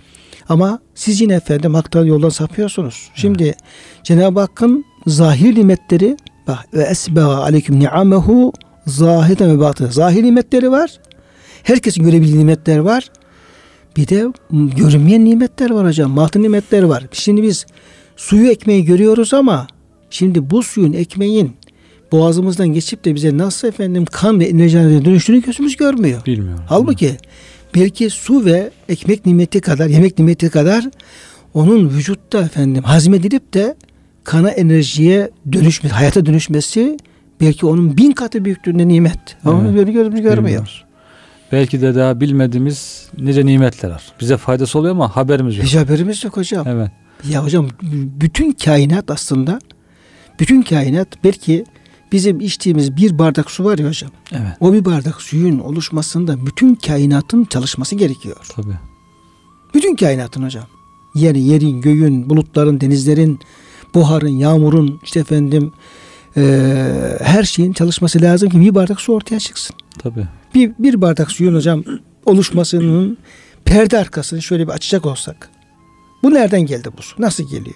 Ama siz yine efendim haktan yoldan sapıyorsunuz. Şimdi evet. Cenab-ı Hakk'ın zahir nimetleri ve esbaga aleyküm ni'amehu zahireten ve batine. Zahir nimetleri var. Herkesin görebildiği nimetler var. Bir de görünmeyen nimetler var hocam. Batın nimetler var. Şimdi biz suyu ekmeği görüyoruz ama şimdi bu suyun ekmeğin boğazımızdan geçip de bize nasıl efendim kan ve enerjiye dönüştüğünü gözümüz görmüyor. Bilmiyorum. Halbuki belki su ve ekmek nimeti kadar, yemek nimeti kadar onun vücutta efendim hazmedilip de kana enerjiye dönüşmesi, hayata dönüşmesi belki onun bin katı büyüklüğünde nimet. Ama evet. Onu gözümüz görmüyor. Belki de daha bilmediğimiz nice nimetler var. Bize faydası oluyor ama haberimiz yok. Hiç haberimiz yok hocam. Evet. Ya hocam bütün kainat aslında bütün kainat belki bizim içtiğimiz bir bardak su var ya hocam. Evet. O bir bardak suyun oluşmasında bütün kainatın çalışması gerekiyor. Tabii. Bütün kainatın hocam. Yerin, yerin, göğün, bulutların, denizlerin, buharın, yağmurun, işte efendim e, her şeyin çalışması lazım ki bir bardak su ortaya çıksın. Tabii. Bir, bir bardak suyun hocam oluşmasının perde arkasını şöyle bir açacak olsak. Bu nereden geldi bu su? Nasıl geliyor?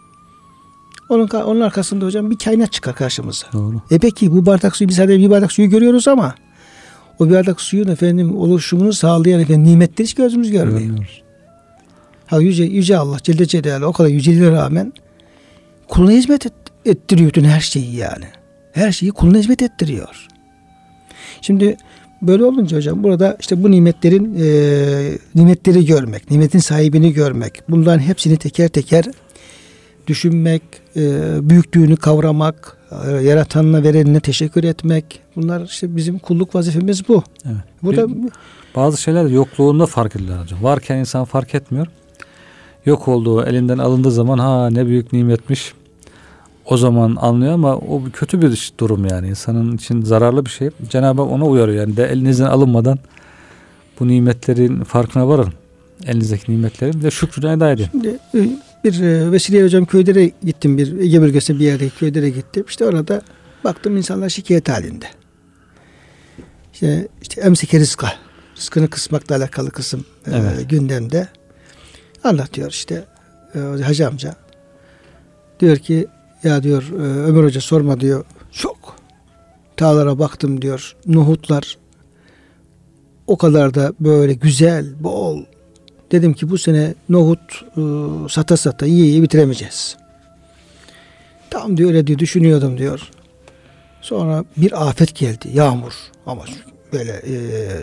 Onun, onun arkasında hocam bir kainat çıkar karşımıza. Doğru. E peki bu bardak suyu biz sadece bir bardak suyu görüyoruz ama o bir bardak suyun efendim oluşumunu sağlayan efendim nimetleri hiç gözümüz görmüyor. Görmüyoruz. Ha yüce, yüce Allah Celle Celaluhu o kadar yüceliğine rağmen kuluna hizmet et, ettiriyor bütün her şeyi yani. Her şeyi kuluna hizmet ettiriyor. Şimdi böyle olunca hocam burada işte bu nimetlerin e, nimetleri görmek, nimetin sahibini görmek, bunların hepsini teker teker düşünmek, e, büyüklüğünü kavramak, e, yaratanına verenine teşekkür etmek. Bunlar işte bizim kulluk vazifemiz bu. Evet. Bu da bazı şeyler yokluğunda fark edilir hocam. Varken insan fark etmiyor. Yok olduğu, elinden alındığı zaman ha ne büyük nimetmiş. O zaman anlıyor ama o kötü bir durum yani. İnsanın için zararlı bir şey. Cenab-ı Hak ona uyarıyor. Yani de elinizden alınmadan bu nimetlerin farkına varın. Elinizdeki nimetlerin bir de şükrünü eda edin. Şimdi bir vesile hocam köylere gittim. Bir Ege bölgesinde bir yerdeki köylere gittim. İşte orada baktım insanlar şikayet halinde. İşte, işte emseke rızka. Rızkını kısmakla alakalı kısım evet. e, gündemde. Anlatıyor işte e, hacı amca. Diyor ki ya diyor Ömer Hoca sorma diyor. Çok dağlara baktım diyor. Nohutlar o kadar da böyle güzel, bol. Dedim ki bu sene nohut e, sata sata iyi iyi bitiremeyeceğiz. Tam diyor öyle diyor düşünüyordum diyor. Sonra bir afet geldi. Yağmur ama böyle e,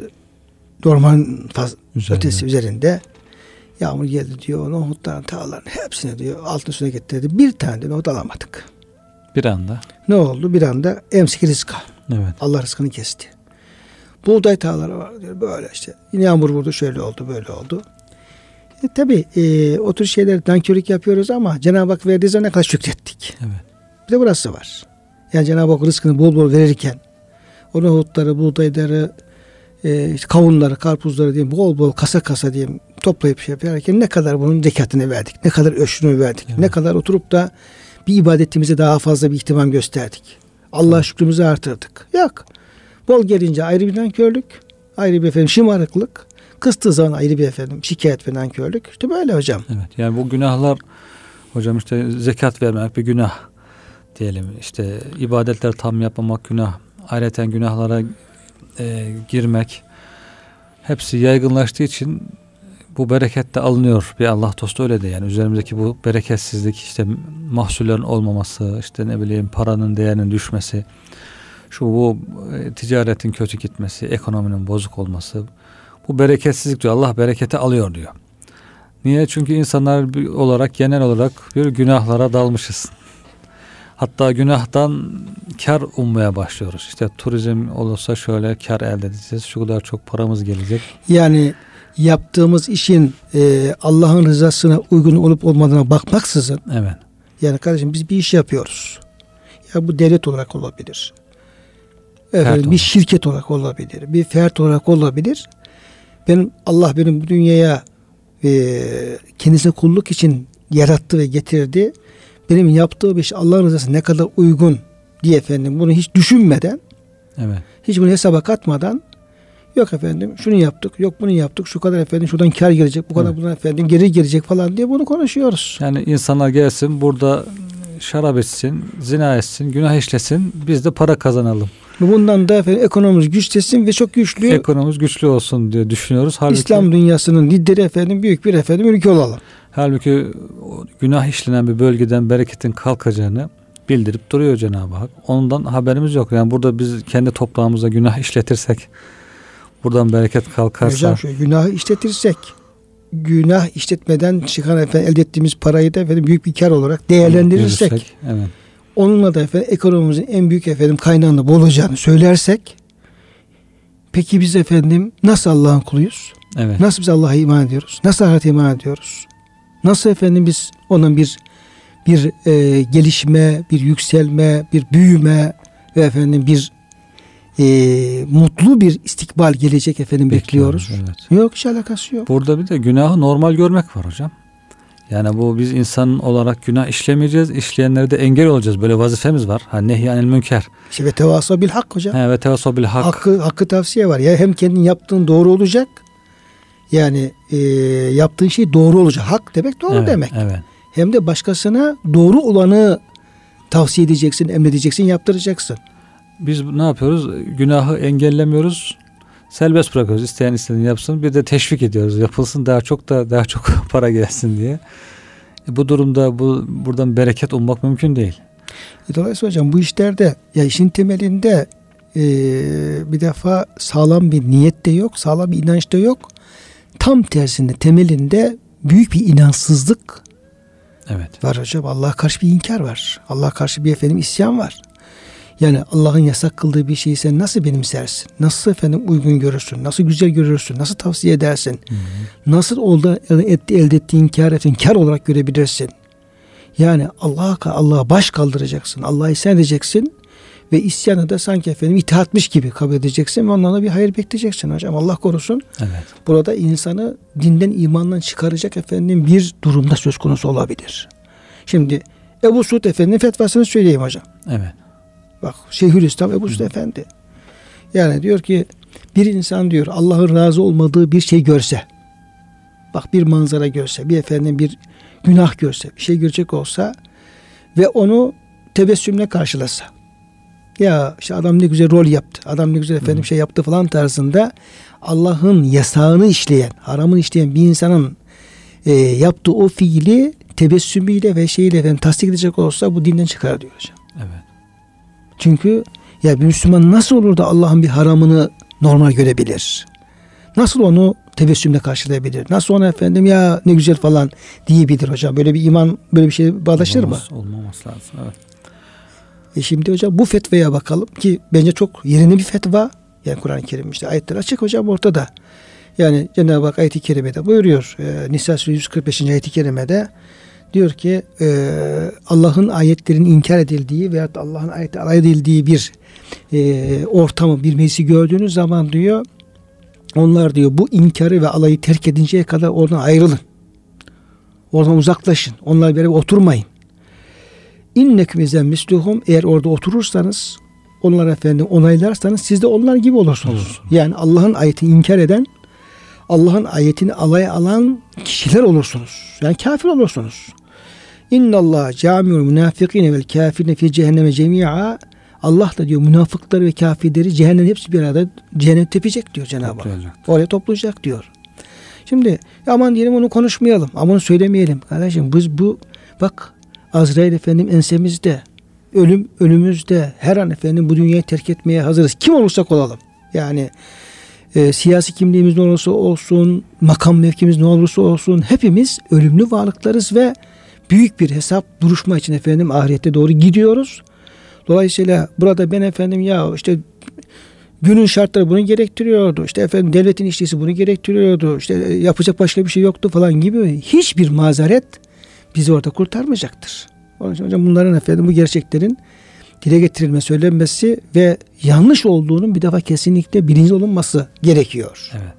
orman faz, ötesi üzerinde yağmur geldi diyor. Nohutların tarlaların hepsine diyor altın üstüne getirdi. Bir tane de nohut alamadık. Bir anda. Ne oldu? Bir anda emsik rızka. Evet. Allah rızkını kesti. Buğday tarlaları var diyor. Böyle işte. Yine yağmur vurdu. Şöyle oldu. Böyle oldu. E, tabii e, o tür şeyler nankörlük yapıyoruz ama Cenab-ı Hak verdiği zaman ne kadar şükrettik. Evet. Bir de burası var. Yani Cenab-ı Hak rızkını bol bol verirken o nohutları, buğdayları, e, işte kavunları, karpuzları diyeyim bol bol kasa kasa diyeyim toplayıp şey yaparken ne kadar bunun zekatını verdik. Ne kadar öşrünü verdik. Evet. Ne kadar oturup da bir ibadetimize daha fazla bir ihtimam gösterdik. Allah'a evet. şükrümüzü artırdık. Yok. Bol gelince ayrı bir nankörlük, ayrı bir efendim şımarıklık, kıstığı zaman ayrı bir efendim şikayet ve nankörlük. İşte böyle hocam. Evet. Yani bu günahlar hocam işte zekat vermek bir günah diyelim. İşte ibadetleri tam yapmamak günah. Ayrıca günahlara e, girmek. Hepsi yaygınlaştığı için bu bereket de alınıyor. Bir Allah dostu öyle de yani üzerimizdeki bu bereketsizlik işte mahsullerin olmaması, işte ne bileyim paranın değerinin düşmesi, şu bu e, ticaretin kötü gitmesi, ekonominin bozuk olması, bu bereketsizlik diyor. Allah bereketi alıyor diyor. Niye? Çünkü insanlar bir olarak genel olarak bir günahlara dalmışız. Hatta günahtan kar ummaya başlıyoruz. İşte turizm olursa şöyle kar elde edeceğiz. Şu kadar çok paramız gelecek. Yani yaptığımız işin e, Allah'ın rızasına uygun olup olmadığına bakmaksızın. Evet. Yani kardeşim biz bir iş yapıyoruz. Ya bu devlet olarak olabilir. Efendim, bir olarak. Şirket olarak olabilir. Bir fert olarak olabilir. Benim Allah benim bu dünyaya e, kendisine kulluk için yarattı ve getirdi. Benim yaptığım iş Allah'ın rızasına ne kadar uygun diye efendim bunu hiç düşünmeden, evet. hiç bunu hesaba katmadan, yok efendim şunu yaptık, yok bunu yaptık, şu kadar efendim şuradan kar gelecek, bu kadar evet. buradan efendim geri gelecek falan diye bunu konuşuyoruz. Yani insanlar gelsin burada şarap içsin, zina etsin, günah işlesin, biz de para kazanalım. Bundan da efendim ekonomimiz güçlesin ve çok güçlü. Ekonomimiz güçlü olsun diye düşünüyoruz. Halbuki, İslam dünyasının lideri efendim büyük bir efendim ülke olalım. Halbuki günah işlenen bir bölgeden bereketin kalkacağını bildirip duruyor Cenab-ı Hak. Ondan haberimiz yok. Yani burada biz kendi toprağımızda günah işletirsek, buradan bereket kalkarsa. Hocam şu günahı işletirsek, günah işletmeden çıkan efendim elde ettiğimiz parayı da efendim büyük bir kar olarak değerlendirirsek, Görürsek, evet. onunla da efendim ekonomimizin en büyük efendim kaynağını bulacağını söylersek, peki biz efendim nasıl Allah'ın kuluyuz? Evet. Nasıl biz Allah'a iman ediyoruz? Nasıl ahirete iman ediyoruz? Nasıl efendim biz onun bir bir e, gelişme, bir yükselme, bir büyüme ve efendim bir e, mutlu bir istikbal gelecek efendim bekliyoruz. bekliyoruz. Evet. Yok, hiç alakası yok. Burada bir de günahı normal görmek var hocam. Yani bu biz insan olarak günah işlemeyeceğiz. İşleyenlere de engel olacağız. Böyle vazifemiz var. Ha, nehyanil münker. İşte ve tevasav bil hak hocam. He, ve tevasav bil hak. Hakkı, hakkı tavsiye var. Ya hem kendin yaptığın doğru olacak. Yani e, yaptığın şey doğru olacak. Hak demek doğru evet, demek. Evet. Hem de başkasına doğru olanı tavsiye edeceksin, emredeceksin, yaptıracaksın. Biz ne yapıyoruz? Günahı engellemiyoruz. Serbest bırakıyoruz. İsteyen istediğini yapsın. Bir de teşvik ediyoruz. Yapılsın daha çok da daha çok para gelsin diye. E bu durumda bu buradan bereket ummak mümkün değil. E dolayısıyla hocam bu işlerde ya işin temelinde e, bir defa sağlam bir niyet de yok, sağlam bir inanç da yok. Tam tersinde temelinde büyük bir inançsızlık evet. var hocam. Allah'a karşı bir inkar var. Allah'a karşı bir efendim isyan var. Yani Allah'ın yasak kıldığı bir şeyi sen nasıl benimsersin? Nasıl efendim uygun görürsün? Nasıl güzel görürsün? Nasıl tavsiye edersin? Hı hı. Nasıl oldu, elde ettiğin kar efendim kar olarak görebilirsin? Yani Allah'a Allah'a baş kaldıracaksın. Allah'a isyan edeceksin. Ve isyanı da sanki efendim itaatmiş gibi kabul edeceksin ve ondan da bir hayır bekleyeceksin hocam. Allah korusun. Evet. Burada insanı dinden imandan çıkaracak efendim bir durumda söz konusu olabilir. Şimdi Ebu Suud Efendi'nin fetvasını söyleyeyim hocam. Evet. Bak Şeyhülislam Ebu Suud Efendi. Yani diyor ki bir insan diyor Allah'ın razı olmadığı bir şey görse, bak bir manzara görse, bir efendim bir günah görse, bir şey görecek olsa ve onu tebessümle karşılasa, Ya işte adam ne güzel rol yaptı. Adam ne güzel efendim şey yaptı falan tarzında Allah'ın yasağını işleyen, haramını işleyen bir insanın e, yaptığı o fiili tebessümüyle ve şeyle efendim tasdik edecek olsa bu dinden çıkar diyor hocam. Evet. Çünkü ya bir Müslüman nasıl olur da Allah'ın bir haramını normal görebilir? Nasıl onu tebessümle karşılayabilir? Nasıl ona efendim ya ne güzel falan diyebilir hocam? Böyle bir iman, böyle bir şey bağdaşır mı? Olmaması lazım. Evet. E şimdi hocam bu fetvaya bakalım ki bence çok yerinde bir fetva. Yani Kur'an-ı Kerim işte ayetler açık hocam ortada. Yani Cenab-ı Hak ayet-i kerimede buyuruyor. E, Nisa suresi yüz kırk beşinci ayet-i kerimede diyor ki e, Allah'ın ayetlerinin inkar edildiği veyahut Allah'ın ayeti alay edildiği bir e, ortamı, bir meclisi gördüğünüz zaman diyor, onlar diyor bu inkarı ve alayı terk edinceye kadar oradan ayrılın. Oradan uzaklaşın. Onlarla beraber oturmayın. İnneküm izen misluhum, eğer orada oturursanız, onlar efendim onaylarsanız siz de onlar gibi olursunuz. Olur. Yani Allah'ın ayetini inkar eden, Allah'ın ayetini alaya alan kişiler olursunuz. Yani kafir olursunuz. İnnallâh câmi'ul münâfikîne vel kâfirine fî cehenneme cemî'a. Allah da diyor münafıkları ve kafirleri cehennem hepsi bir arada cehennem tepecek diyor Cenab-ı Hak. Oraya toplayacak diyor. Şimdi aman diyelim onu konuşmayalım. Aman söylemeyelim. Kardeşim biz bu bak Azrail efendim ensemizde. Ölüm önümüzde. Her an efendim bu dünyayı terk etmeye hazırız. Kim olursak olalım. Yani e, siyasi kimliğimiz ne olursa olsun, makam mevkimiz ne olursa olsun hepimiz ölümlü varlıklarız ve büyük bir hesap duruşma için efendim ahirete doğru gidiyoruz. Dolayısıyla burada ben efendim ya işte günün şartları bunu gerektiriyordu. İşte efendim devletin işçisi bunu gerektiriyordu. İşte yapacak başka bir şey yoktu falan gibi hiçbir mazeret bizi orada kurtarmayacaktır. Onun için hocam bunların efendim bu gerçeklerin dile getirilme, söylenmesi ve yanlış olduğunun bir defa kesinlikle bilinçli olunması gerekiyor. Evet.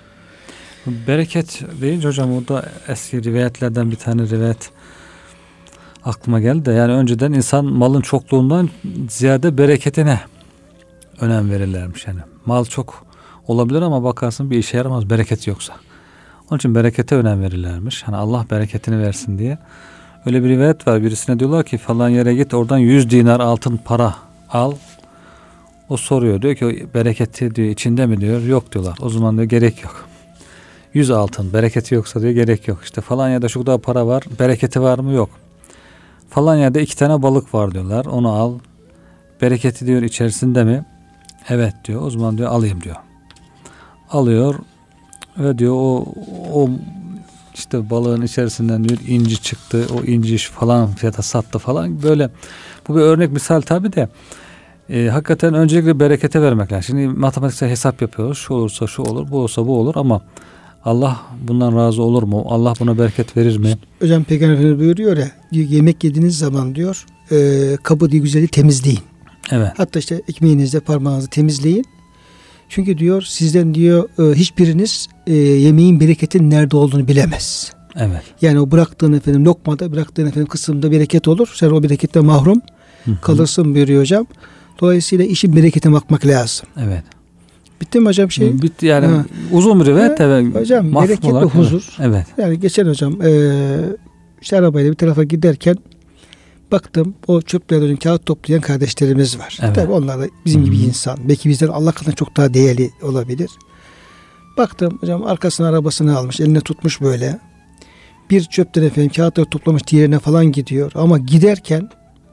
Bereket deyince hocam orada eski rivayetlerden bir tane rivayet aklıma geldi de, yani önceden insan malın çokluğundan ziyade bereketine önem verirlermiş. Yani mal çok olabilir ama bakarsın bir işe yaramaz bereket yoksa. Onun için berekete önem verirlermiş. Hani Allah bereketini versin diye. Öyle bir rivayet var. Birisine diyorlar ki falan yere git, oradan yüz dinar altın para al. O soruyor. Diyor ki bereketi diyor içinde mi diyor. Yok diyorlar. O zaman diyor gerek yok. Yüz altın bereketi yoksa diyor gerek yok. İşte falan yerde şu kadar para var. Bereketi var mı? Yok. Falan yerde iki tane balık var diyorlar. Onu al. Bereketi diyor içerisinde mi? Evet diyor. O zaman diyor alayım diyor. Alıyor ve diyor o o işte balığın içerisinden diyor inci çıktı. O inci falan fiyata sattı falan. Böyle bu bir örnek misal tabii de e, hakikaten öncelikle berekete vermek lazım. Şimdi matematiksel hesap yapıyoruz. Şu olursa şu olur, bu olsa bu olur ama Allah bundan razı olur mu? Allah buna bereket verir mi? Hocam Peygamber buyuruyor ya, diyor, yemek yediğiniz zaman diyor e, kabı diye güzeli temizleyin. Evet. Hatta işte ekmeğinizde parmağınızı temizleyin. Çünkü diyor sizden diyor e, hiçbiriniz e, yemeğin bereketin nerede olduğunu bilemez. Evet. Yani o bıraktığın efendim lokmada, bıraktığın efendim kısımda bereket olur. Sen o bereketten mahrum Hı-hı. kalırsın buyuruyor hocam. Dolayısıyla işin bereketine bakmak lazım. Evet. Bitti mi hocam şey? Bitti yani ha. Uzun bir rivayet. Evet. Hocam bereket ve huzur. Evet. Yani geçen hocam e, işte arabayla bir tarafa giderken baktım o çöplerden kağıt toplayan kardeşlerimiz var. Evet. Tabii onlar da bizim Hı-hı. gibi insan. Belki bizden Allah katında çok daha değerli olabilir. Baktım hocam arkasına arabasını almış, eline tutmuş böyle. Bir çöpten efendim kağıtları toplamış diğerine falan gidiyor. Ama giderken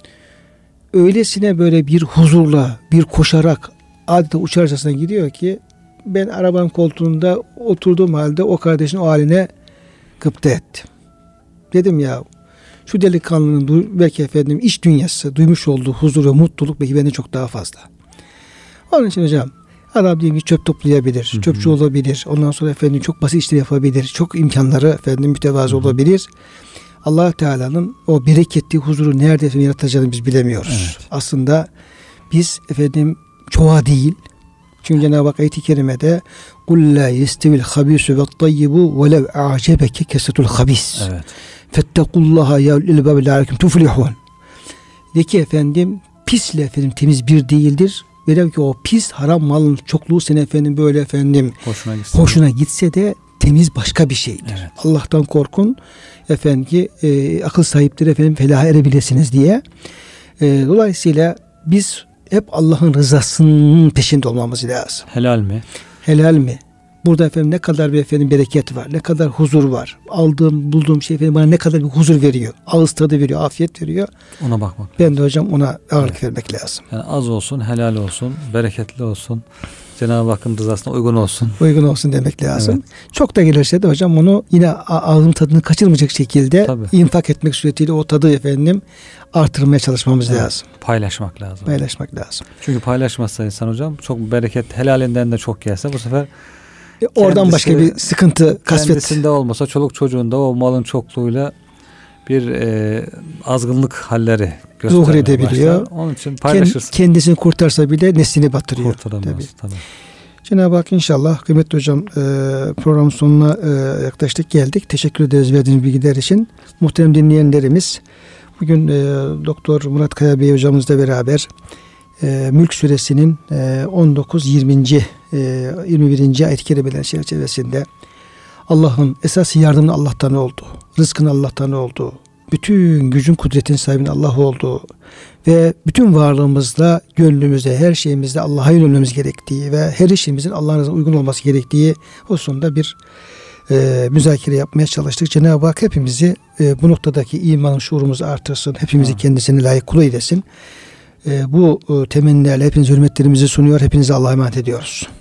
öylesine böyle bir huzurla, bir koşarak adeta uçarcasına gidiyor ki ben arabanın koltuğunda oturduğum halde o kardeşin o haline gıpta ettim. Dedim ya şu delikanlının belki efendim iç dünyası duymuş olduğu huzur ve mutluluk belki benden çok daha fazla. Onun için hocam adam diyelim ki çöp toplayabilir, Hı-hı. çöpçü olabilir. Ondan sonra efendim çok basit işler yapabilir. Çok imkanları efendim mütevazı Hı-hı. olabilir. Allah Teala'nın o bereketli huzuru nerede yaratacağını biz bilemiyoruz. Evet. Aslında biz efendim çoğa değil. Çünkü Cenab-ı Hak ayet-i kerimede قُلْ لَا يَسْتَوِ الْخَبِيسُ وَالطَّيِّبُ وَلَوْ أَعْجَبَكَ كَسَّةُ الْخَبِيسِ Evet. فَاتَّقُوا اللّٰهَ يَا الْبَابِ لَعَلَكُمْ تُفْلِحُونَ. De ki efendim pisle efendim temiz bir değildir. Velev ki o pis haram malın çokluğu seni efendim böyle efendim hoşuna gitse, hoşuna gitse de temiz başka bir şeydir. Evet. Allah'tan korkun efendim ki e, akıl sahipleri efendim felaha erebilirsiniz diye. E, dolayısıyla biz hep Allah'ın rızasının peşinde olmamız lazım. Helal mi? Helal mi? Burada efendim ne kadar bir efendim bereket var, ne kadar huzur var. Aldığım, bulduğum şey efendim bana ne kadar bir huzur veriyor. Ağız tadı veriyor, afiyet veriyor. Ona bakmak. Ben de hocam ona ağırlık evet. vermek lazım. Yani az olsun, helal olsun, bereketli olsun. Cenab-ı Hakk'ın rızasına uygun olsun. Uygun olsun demek lazım. Evet. Çok da gelirse de hocam onu yine ağzın tadını kaçırmayacak şekilde Tabii. infak etmek suretiyle o tadı efendim artırmaya çalışmamız evet. lazım. Paylaşmak lazım. Paylaşmak lazım. Çünkü paylaşmazsa insan hocam çok bereket helalinden de çok gelse bu sefer e oradan kendisi, başka bir sıkıntı kasvet. Kendisinde olmasa çoluk çocuğunda o malın çokluğuyla bir e, azgınlık halleri zuhur edebiliyor. Başlar. Onun için paylaşırsın. Kendisini kurtarsa bile neslini batırıyor. Kurtaramaz tabii. tabii. Cenab-ı Hak inşallah kıymetli hocam programın sonuna yaklaştık geldik. Teşekkür ederiz verdiğiniz bilgiler için. Muhterem dinleyenlerimiz bugün Doktor Murat Kaya Bey hocamızla beraber Mülk Suresinin on dokuz yirminci yirmi birinci ayet-i kerimeler çerçevesinde Allah'ın esas yardımının Allah'tan olduğu, rızkın Allah'tan olduğu, bütün gücün kudretin sahibinin Allah olduğu ve bütün varlığımızla, gönlümüzde, her şeyimizde Allah'a yönelmemiz gerektiği ve her işimizin Allah'ın rızasına uygun olması gerektiği hususunda bir e, müzakere yapmaya çalıştık. Cenab-ı Hak hepimizi e, bu noktadaki iman şuurumuzu artırsın. Hepimizi ha. kendisine layık kulu eylesin. E, bu e, temennilerle hepinize hürmetlerimizi sunuyor. Hepinize Allah'a emanet ediyoruz.